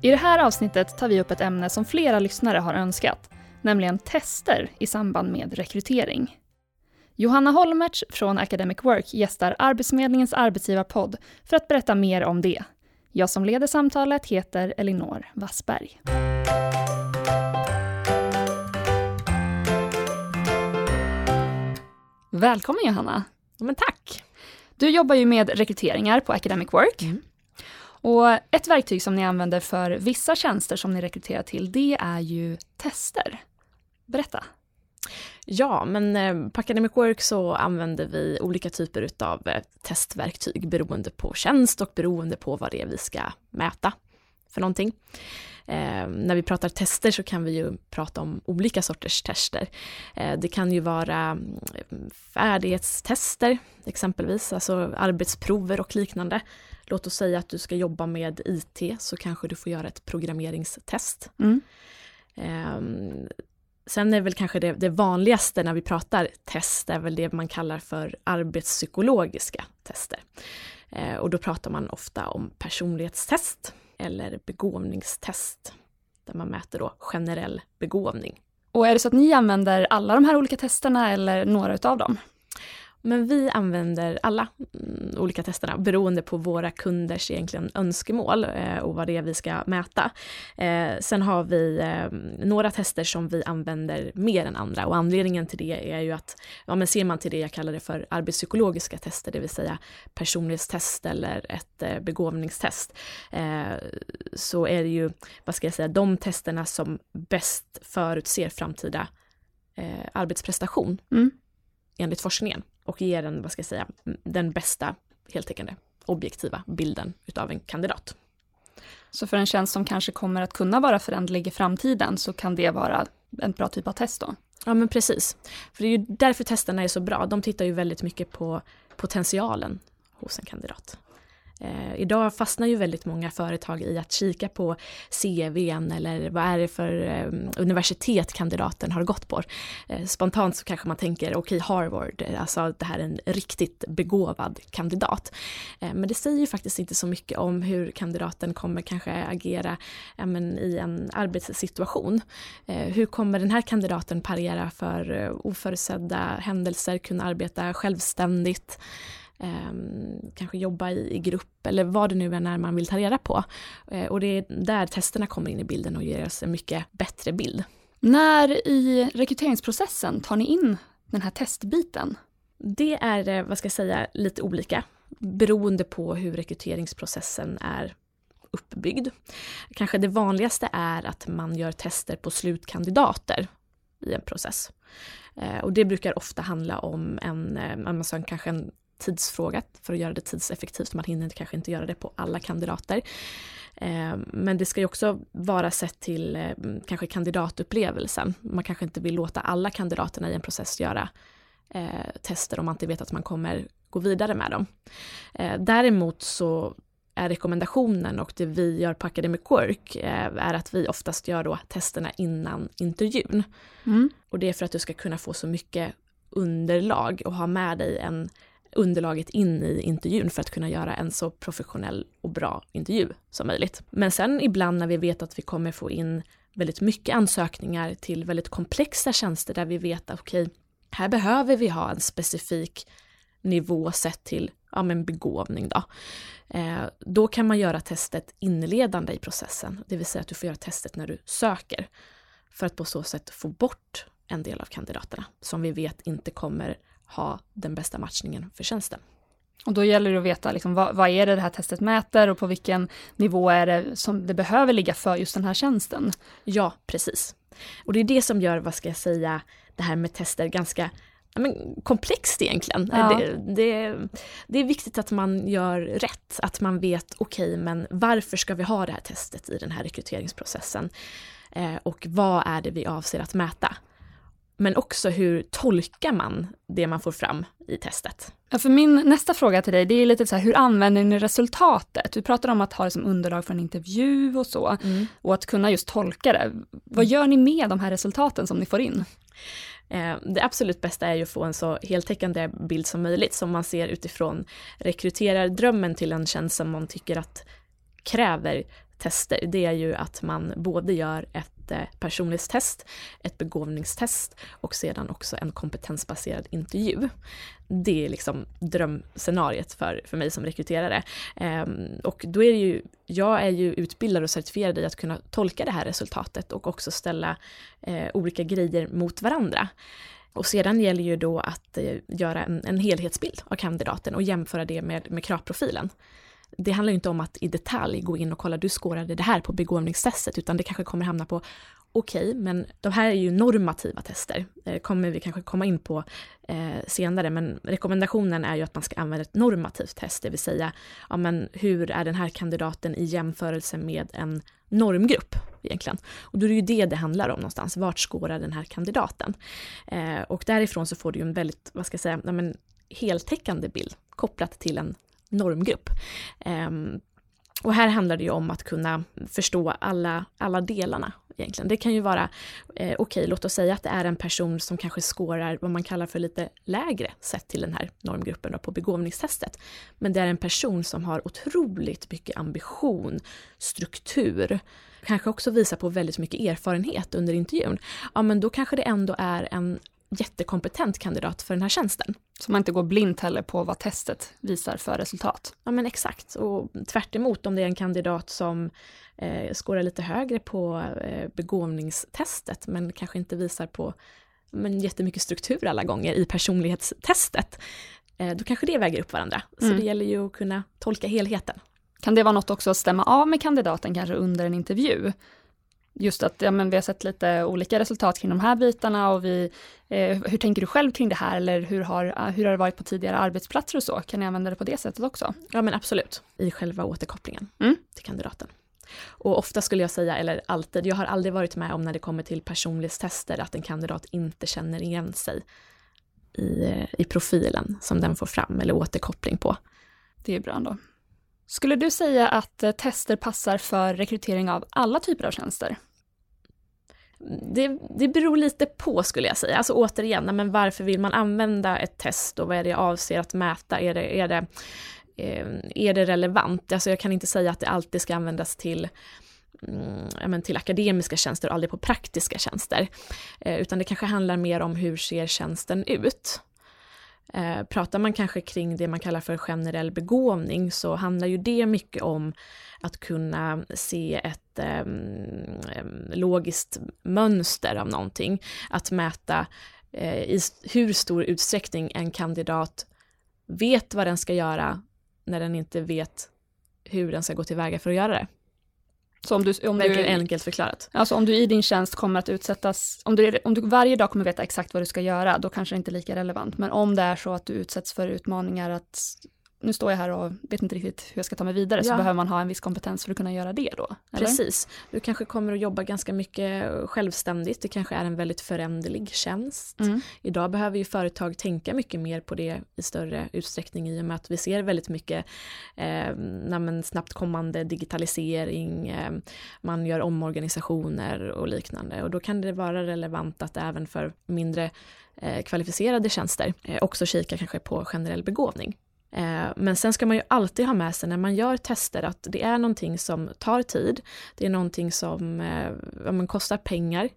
I det här avsnittet tar vi upp ett ämne som flera lyssnare har önskat, nämligen tester i samband med rekrytering. Johanna Holmertz från Academic Work gästar Arbetsförmedlingens arbetsgivarpodd för att berätta mer om det. Jag som leder samtalet heter Elinor Wassberg. Välkommen Johanna. Men tack. Du jobbar ju med rekryteringar på Academic Work. Och ett verktyg som ni använder för vissa tjänster som ni rekryterar till, det är ju tester. Berätta. Ja, men på Academic Work så använder vi olika typer av testverktyg beroende på tjänst och beroende på vad det är vi ska mäta för någonting. När vi pratar tester så kan vi ju prata om olika sorters tester. Det kan ju vara färdighetstester exempelvis, alltså arbetsprover och liknande. Låt oss säga att du ska jobba med IT, så kanske du får göra ett programmeringstest. Sen är väl kanske det vanligaste när vi pratar test är väl det man kallar för arbetspsykologiska tester. Och då pratar man ofta om personlighetstest eller begåvningstest, där man mäter då generell begåvning. Och är det så att ni använder alla de här olika testerna eller några utav dem? Men vi använder alla olika testerna beroende på våra kunders egentligen önskemål och vad det är vi ska mäta. Sen har vi några tester som vi använder mer än andra, och anledningen till det är ju att, men ser man till det jag kallar det för arbetspsykologiska tester, det vill säga personlighetstest eller ett begåvningstest, så är det ju, de testerna som bäst förutser framtida arbetsprestation enligt forskningen. Och ger den bästa, heltäckande, objektiva bilden utav en kandidat. Så för en tjänst som kanske kommer att kunna vara föränderlig i framtiden, så kan det vara en bra typ av test då? Ja, men precis. För det är ju därför testerna är så bra. De tittar ju väldigt mycket på potentialen hos en kandidat. Idag fastnar ju väldigt många företag i att kika på CV:n eller vad är det för universitet kandidaten har gått på. Spontant så kanske man tänker okej, Harvard, alltså det här är en riktigt begåvad kandidat. Men det säger ju faktiskt inte så mycket om hur kandidaten kommer kanske agera i en arbetssituation. Hur kommer den här kandidaten parera för oförutsedda händelser, kunna arbeta självständigt, kanske jobba i grupp eller vad det nu är när man vill ta reda på. Och det är där testerna kommer in i bilden och ger oss en mycket bättre bild. När i rekryteringsprocessen tar ni in den här testbiten? Det är lite olika beroende på hur rekryteringsprocessen är uppbyggd. Kanske det vanligaste är att man gör tester på slutkandidater i en process. Och det brukar ofta handla om kanske en tidsfråga för att göra det tidseffektivt. Man hinner kanske inte göra det på alla kandidater. Men det ska ju också vara sett till kanske kandidatupplevelsen. Man kanske inte vill låta alla kandidaterna i en process göra tester om man inte vet att man kommer gå vidare med dem. Däremot så är rekommendationen, och det vi gör på Academic Work, är att vi oftast gör då testerna innan intervjun. Och det är för att du ska kunna få så mycket underlag och ha med dig underlaget in i intervjun för att kunna göra en så professionell och bra intervju som möjligt. Men sen ibland när vi vet att vi kommer få in väldigt mycket ansökningar till väldigt komplexa tjänster där vi vet att här behöver vi ha en specifik nivå sett till begåvning då. Då kan man göra testet inledande i processen, det vill säga att du får göra testet när du söker, för att på så sätt få bort en del av kandidaterna som vi vet inte kommer ha den bästa matchningen för tjänsten. Och då gäller det att veta vad är det här testet mäter och på vilken nivå är det som det behöver ligga för just den här tjänsten. Ja, precis. Och det är det som gör, det här med tester ganska komplext egentligen. Ja. Det är viktigt att man gör rätt, att man vet men varför ska vi ha det här testet i den här rekryteringsprocessen, och vad är det vi avser att mäta. Men också hur tolkar man det man får fram i testet? Ja, för min nästa fråga till dig, det är lite så här, hur använder ni resultatet? Du pratar om att ha det som underlag för en intervju och så, och att kunna just tolka det. Vad gör ni med de här resultaten som ni får in? Det absolut bästa är ju att få en så heltäckande bild som möjligt, som man ser utifrån rekryterardrömmen till en tjänst som man tycker att kräver tester, det är ju att man både gör ett personlighetstest, ett begåvningstest och sedan också en kompetensbaserad intervju. Det är liksom drömscenariet för mig som rekryterare. Och då är det ju, jag är ju utbildad och certifierad i att kunna tolka det här resultatet och också ställa olika grejer mot varandra. Och sedan gäller ju då att göra en helhetsbild av kandidaten och jämföra det med kravprofilen. Det handlar ju inte om att i detalj gå in och kolla, du skårade det här på begåvningstestet, utan det kanske kommer hamna på okej, men de här är ju normativa tester. Det kommer vi kanske komma in på senare, men rekommendationen är ju att man ska använda ett normativt test, det vill säga ja, men hur är den här kandidaten i jämförelse med en normgrupp egentligen. Och då är det ju det handlar om någonstans, vart skårar den här kandidaten? Och därifrån så får du ju en väldigt, vad ska jag säga, heltäckande bild kopplat till en normgrupp. Och här handlar det ju om att kunna förstå alla delarna egentligen. Det kan ju vara, okej, låt oss säga att det är en person som kanske skårar vad man kallar för lite lägre sett till den här normgruppen då, på begåvningstestet. Men det är en person som har otroligt mycket ambition, struktur, kanske också visar på väldigt mycket erfarenhet under intervjun. Ja, men då kanske det ändå är en jättekompetent kandidat för den här tjänsten. Så man inte går blint heller på vad testet visar för resultat. Ja, men exakt. Och tvärt emot, om det är en kandidat som skårar lite högre på begåvningstestet men kanske inte visar på jättemycket struktur alla gånger i personlighetstestet, då kanske det väger upp varandra. Så det gäller ju att kunna tolka helheten. Kan det vara något också att stämma av med kandidaten kanske under en intervju? Just att vi har sett lite olika resultat kring de här bitarna och hur tänker du själv kring det här, eller hur har det varit på tidigare arbetsplatser och så? Kan ni använda det på det sättet också? Ja, men absolut. I själva återkopplingen till kandidaten. Och ofta skulle jag säga, eller alltid, jag har aldrig varit med om när det kommer till personlighetstester att en kandidat inte känner igen sig i profilen som den får fram eller återkoppling på. Det är bra ändå. Skulle du säga att tester passar för rekrytering av alla typer av tjänster? Det beror lite på, skulle jag säga. Alltså återigen, men varför vill man använda ett test och vad är det jag avser att mäta? Är det relevant? Alltså jag kan inte säga att det alltid ska användas till akademiska tjänster och aldrig på praktiska tjänster. Utan det kanske handlar mer om hur ser tjänsten ut. Pratar man kanske kring det man kallar för generell begåvning, så handlar ju det mycket om att kunna se ett logiskt mönster av någonting. Att mäta i hur stor utsträckning en kandidat vet vad den ska göra när den inte vet hur den ska gå tillväga för att göra det. Så om du enkelt förklarat. Alltså om du i din tjänst kommer att utsättas, om du varje dag kommer veta exakt vad du ska göra, då kanske det inte är lika relevant. Men om det är så att du utsätts för utmaningar att nu står jag här och vet inte riktigt hur jag ska ta mig vidare, så behöver man ha en viss kompetens för att kunna göra det då. Eller? Precis. Du kanske kommer att jobba ganska mycket självständigt. Det kanske är en väldigt föränderlig tjänst. Idag behöver ju företag tänka mycket mer på det i större utsträckning, i och med att vi ser väldigt mycket snabbt kommande digitalisering, man gör omorganisationer och liknande. Och då kan det vara relevant att även för mindre kvalificerade tjänster också kika kanske på generell begåvning. Men sen ska man ju alltid ha med sig när man gör tester att det är någonting som tar tid, det är någonting som kostar pengar,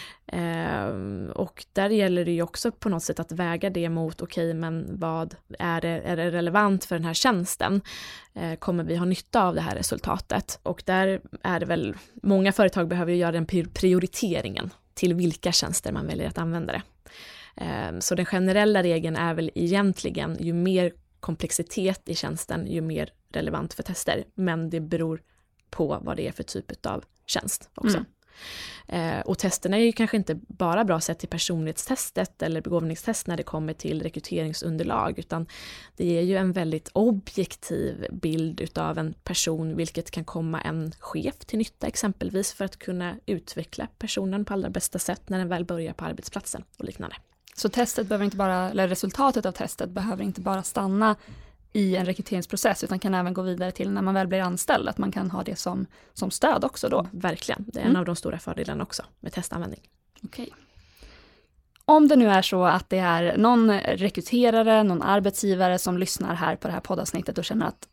och där gäller det ju också på något sätt att väga det mot men vad är det relevant för den här tjänsten, kommer vi ha nytta av det här resultatet? Och där är det väl, många företag behöver ju göra den prioriteringen till vilka tjänster man väljer att använda det. Så den generella regeln är väl egentligen, ju mer komplexitet i tjänsten, ju mer relevant för tester. Men det beror på vad det är för typ av tjänst också. Och testerna är ju kanske inte bara bra sett till personlighetstestet eller begåvningstest när det kommer till rekryteringsunderlag, utan det ger ju en väldigt objektiv bild utav en person, vilket kan komma en chef till nytta exempelvis för att kunna utveckla personen på allra bästa sätt när den väl börjar på arbetsplatsen och liknande. Så resultatet av testet behöver inte bara stanna i en rekryteringsprocess, utan kan även gå vidare till när man väl blir anställd, att man kan ha det som stöd också då. Verkligen, det är en av de stora fördelarna också med testanvändning. Okej. Om det nu är så att det är någon rekryterare, någon arbetsgivare som lyssnar här på det här poddavsnittet och känner att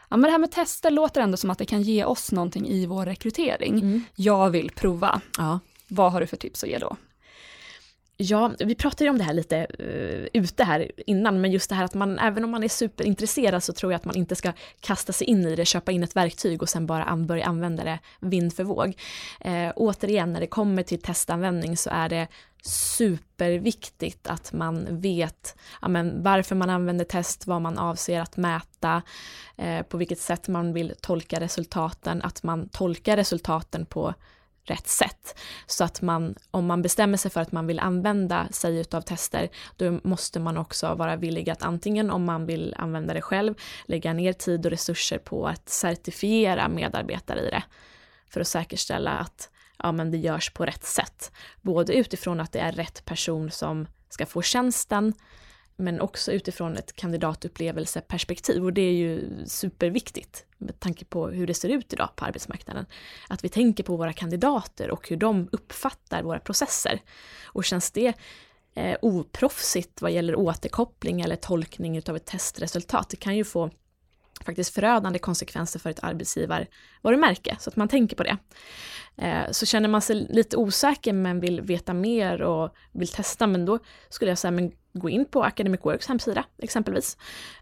ja, men det här med tester låter ändå som att det kan ge oss någonting i vår rekrytering. Jag vill prova. Ja. Vad har du för tips att ge då? Ja, vi pratade ju om det här lite ute här innan, men just det här att man, även om man är superintresserad så tror jag att man inte ska kasta sig in i det, köpa in ett verktyg och sen bara börja använda det vind för våg. Återigen, när det kommer till testanvändning så är det superviktigt att man vet varför man använder test, vad man avser att mäta, på vilket sätt man vill tolka resultaten, att man tolkar resultaten på rätt sätt. Så att om man bestämmer sig för att man vill använda sig utav tester, då måste man också vara villig att antingen, om man vill använda det själv, lägga ner tid och resurser på att certifiera medarbetare i det. För att säkerställa att det görs på rätt sätt. Både utifrån att det är rätt person som ska få tjänsten, men också utifrån ett kandidatupplevelseperspektiv. Och det är ju superviktigt med tanke på hur det ser ut idag på arbetsmarknaden. Att vi tänker på våra kandidater och hur de uppfattar våra processer. Och känns det oproffsigt vad gäller återkoppling eller tolkning av ett testresultat, det kan ju få faktiskt förödande konsekvenser för ett arbetsgivarvarumärke, så att man tänker på det. Så känner man sig lite osäker men vill veta mer och vill testa, men då skulle jag säga, gå in på Academic Works hemsida exempelvis.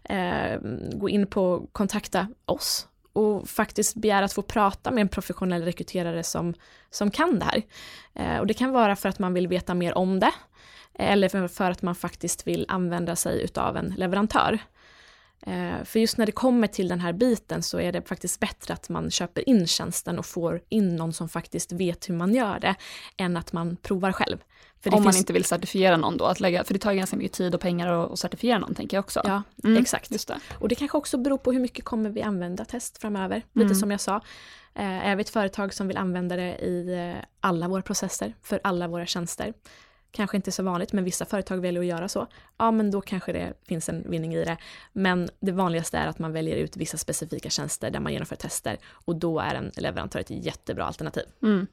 Gå in på kontakta oss och faktiskt begära att få prata med en professionell rekryterare som kan det här. Och det kan vara för att man vill veta mer om det, eller för att man faktiskt vill använda sig utav en leverantör. För just när det kommer till den här biten så är det faktiskt bättre att man köper in tjänsten och får in någon som faktiskt vet hur man gör det, än att man provar själv. För om man inte vill certifiera någon då, för det tar ganska mycket tid och pengar att certifiera någon, tänker jag också. Ja, exakt. Just det. Och det kanske också beror på hur mycket kommer vi använda test framöver. Lite som jag sa, är vi ett företag som vill använda det i alla våra processer, för alla våra tjänster. Kanske inte så vanligt, men vissa företag väljer att göra så. Ja, men då kanske det finns en vinning i det. Men det vanligaste är att man väljer ut vissa specifika tjänster där man genomför tester. Och då är en leverantör ett jättebra alternativ.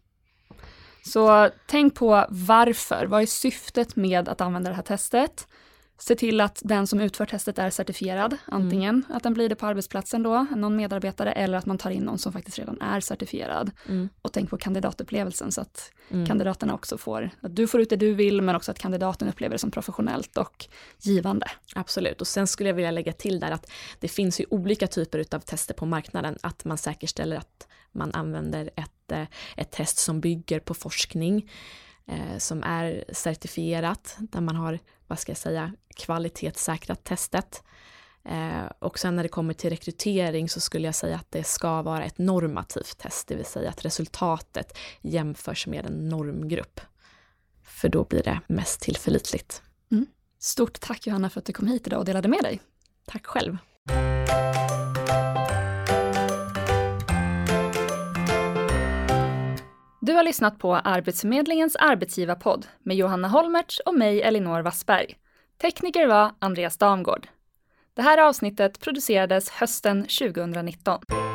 Så tänk på varför. Vad är syftet med att använda det här testet? Se till att den som utför testet är certifierad. Antingen att den blir det på arbetsplatsen då, någon medarbetare, eller att man tar in någon som faktiskt redan är certifierad. Och tänk på kandidatupplevelsen så att kandidaterna också att du får ut det du vill, men också att kandidaten upplever det som professionellt och givande. Absolut, och sen skulle jag vilja lägga till där att det finns ju olika typer av tester på marknaden. Att man säkerställer att man använder ett test som bygger på forskning, som är certifierat, där man har, kvalitetssäkrat testet. Och sen när det kommer till rekrytering så skulle jag säga att det ska vara ett normativt test, det vill säga att resultatet jämförs med en normgrupp. För då blir det mest tillförlitligt. Stort tack Johanna för att du kom hit idag och delade med dig. Tack själv. Du har lyssnat på Arbetsförmedlingens arbetsgivarpodd med Johanna Holmertz och mig, Elinor Wassberg. Tekniker var Andreas Damgård. Det här avsnittet producerades hösten 2019.